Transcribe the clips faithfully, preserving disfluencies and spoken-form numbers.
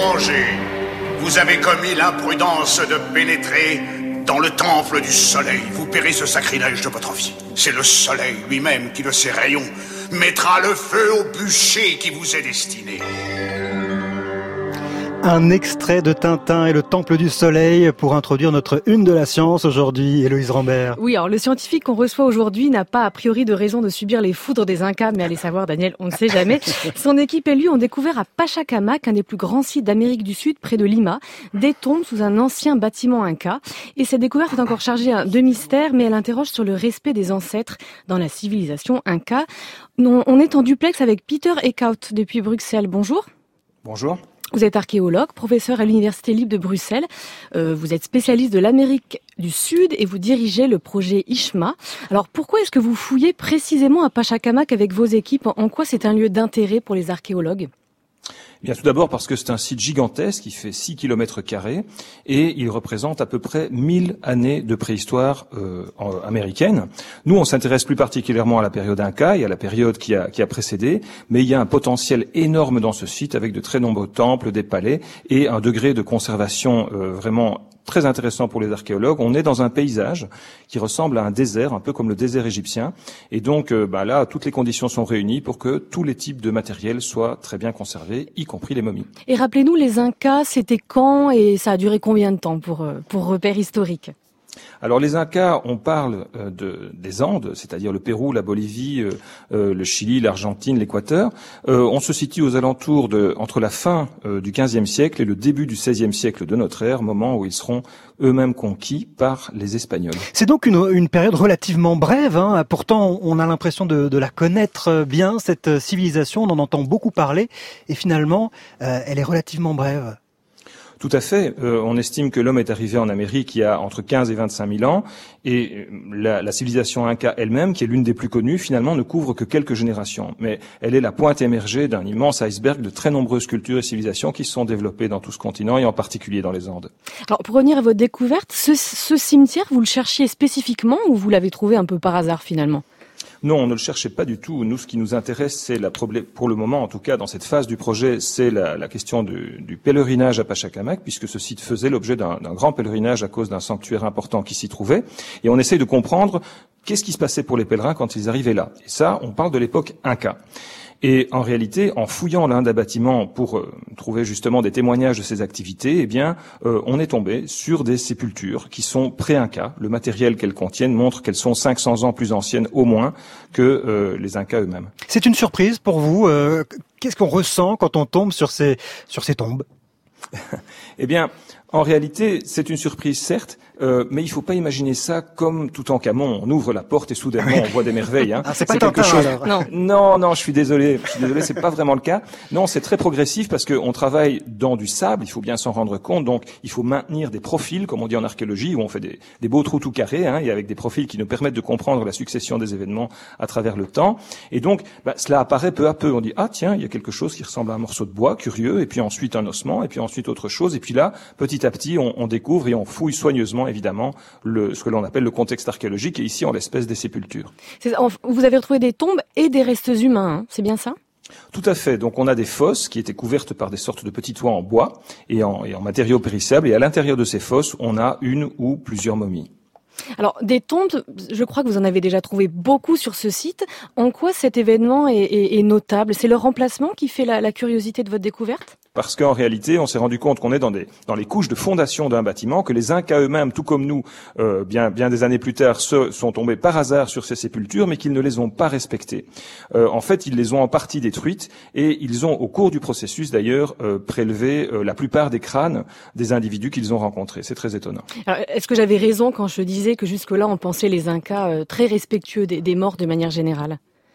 étrangers, vous avez commis l'imprudence de pénétrer dans le temple du soleil. Vous paierez ce sacrilège de votre vie. C'est le soleil lui-même qui, de ses rayons, mettra le feu au bûcher qui vous est destiné. Un extrait de Tintin et le Temple du Soleil pour introduire notre une de la science aujourd'hui, Héloïse Rambert. Oui, alors le scientifique qu'on reçoit aujourd'hui n'a pas a priori de raison de subir les foudres des Incas, mais allez savoir, Daniel, on ne sait jamais. Son équipe et lui ont découvert à Pachacamac, un des plus grands sites d'Amérique du Sud, près de Lima, des tombes sous un ancien bâtiment Inca. Et cette découverte est encore chargée de mystère, mais elle interroge sur le respect des ancêtres dans la civilisation Inca. On est en duplex avec Peter Eekhout depuis Bruxelles. Bonjour. Bonjour. Vous êtes archéologue, professeur à l'Université libre de Bruxelles. Euh, vous êtes spécialiste de l'Amérique du Sud et vous dirigez le projet ISHMA. Alors pourquoi est-ce que vous fouillez précisément à Pachacamac avec vos équipes ? En quoi c'est un lieu d'intérêt pour les archéologues ? Eh bien, tout d'abord parce que c'est un site gigantesque qui fait six kilomètres carrés et il représente à peu près mille années de préhistoire euh, américaine. Nous, on s'intéresse plus particulièrement à la période Inca et à la période qui a, qui a précédé, mais il y a un potentiel énorme dans ce site avec de très nombreux temples, des palais et un degré de conservation euh, vraiment très intéressant pour les archéologues. On est dans un paysage qui ressemble à un désert, un peu comme le désert égyptien. Et donc, euh, bah là, toutes les conditions sont réunies pour que tous les types de matériel soient très bien conservés, y compris les momies. Et rappelez-nous, les Incas, c'était quand et ça a duré combien de temps pour, pour repère historique ? Alors les Incas, on parle euh, de, des Andes, c'est-à-dire le Pérou, la Bolivie, euh, euh, le Chili, l'Argentine, l'Équateur. Euh, on se situe aux alentours de entre la fin euh, du quinzième siècle et le début du seizième siècle de notre ère, moment où ils seront eux-mêmes conquis par les Espagnols. C'est donc une, une période relativement brève, hein. Pourtant on a l'impression de, de la connaître bien, cette civilisation, on en entend beaucoup parler, et finalement euh, elle est relativement brève. Tout à fait. Euh, on estime que l'homme est arrivé en Amérique il y a entre quinze et vingt-cinq mille ans, et la, la civilisation Inca elle-même, qui est l'une des plus connues, finalement ne couvre que quelques générations. Mais elle est la pointe émergée d'un immense iceberg de très nombreuses cultures et civilisations qui se sont développées dans tout ce continent, et en particulier dans les Andes. Alors, pour revenir à votre découverte, ce, ce cimetière, vous le cherchiez spécifiquement ou vous l'avez trouvé un peu par hasard finalement ? Non, on ne le cherchait pas du tout. Nous, ce qui nous intéresse, c'est la problème, pour le moment, en tout cas, dans cette phase du projet, c'est la, la question du, du pèlerinage à Pachacamac, puisque ce site faisait l'objet d'un, d'un grand pèlerinage à cause d'un sanctuaire important qui s'y trouvait. Et on essaye de comprendre qu'est-ce qui se passait pour les pèlerins quand ils arrivaient là. Et ça, on parle de l'époque Inca. Et en réalité, en fouillant l'un des bâtiments pour euh, trouver justement des témoignages de ces activités, eh bien, euh, on est tombé sur des sépultures qui sont pré-Inca. Le matériel qu'elles contiennent montre qu'elles sont cinq cents ans plus anciennes au moins que euh, les Incas eux-mêmes. C'est une surprise pour vous. Euh, qu'est-ce qu'on ressent quand on tombe sur ces sur ces tombes ? Eh bien, en réalité, c'est une surprise, certes, euh, mais il faut pas imaginer ça comme Toutankhamon. On ouvre la porte et soudainement on voit des merveilles. Hein. Ah, c'est pas c'est Tintin, quelque chose. alors. Non. non, non, je suis désolé. Je suis désolé, c'est pas vraiment le cas. Non, c'est très progressif parce qu'on travaille dans du sable. Il faut bien s'en rendre compte. Donc, il faut maintenir des profils, comme on dit en archéologie, où on fait des, des beaux trous tout carrés, hein, et avec des profils qui nous permettent de comprendre la succession des événements à travers le temps. Et donc, bah, cela apparaît peu à peu. On dit ah tiens, il y a quelque chose qui ressemble à un morceau de bois, curieux, et puis ensuite un ossement, et puis ensuite autre chose. Et puis là, petit à petit, on, on découvre et on fouille soigneusement, évidemment, le, ce que l'on appelle le contexte archéologique, et ici, en l'espèce des sépultures. C'est, vous avez retrouvé des tombes et des restes humains, hein, c'est bien ça ? Tout à fait. Donc, on a des fosses qui étaient couvertes par des sortes de petits toits en bois et en, et en matériaux périssables, et à l'intérieur de ces fosses, on a une ou plusieurs momies. Alors, des tombes, je crois que vous en avez déjà trouvé beaucoup sur ce site. En quoi cet événement est, est, est notable ? C'est le remplacement qui fait la, la curiosité de votre découverte ? Parce qu'en réalité, on s'est rendu compte qu'on est dans des dans les couches de fondation d'un bâtiment, que les Incas eux-mêmes, tout comme nous, euh, bien bien des années plus tard, se sont tombés par hasard sur ces sépultures, mais qu'ils ne les ont pas respectées. Euh, en fait, ils les ont en partie détruites, et ils ont, au cours du processus d'ailleurs, euh, prélevé euh, la plupart des crânes des individus qu'ils ont rencontrés. C'est très étonnant. Alors, est-ce que j'avais raison quand je disais que jusque-là, on pensait les Incas euh, très respectueux des, des morts de manière générale ?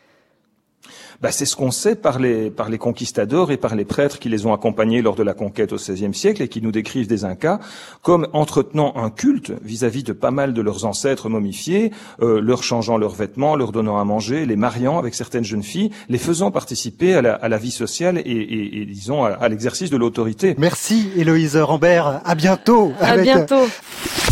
Bah, c'est ce qu'on sait par les, par les conquistadors et par les prêtres qui les ont accompagnés lors de la conquête au seizième siècle et qui nous décrivent des Incas comme entretenant un culte vis-à-vis de pas mal de leurs ancêtres momifiés, euh, leur changeant leurs vêtements, leur donnant à manger, les mariant avec certaines jeunes filles, les faisant participer à la, à la vie sociale et, et, et disons, à, à l'exercice de l'autorité. Merci Héloïse Rambert. À bientôt. À avec... bientôt.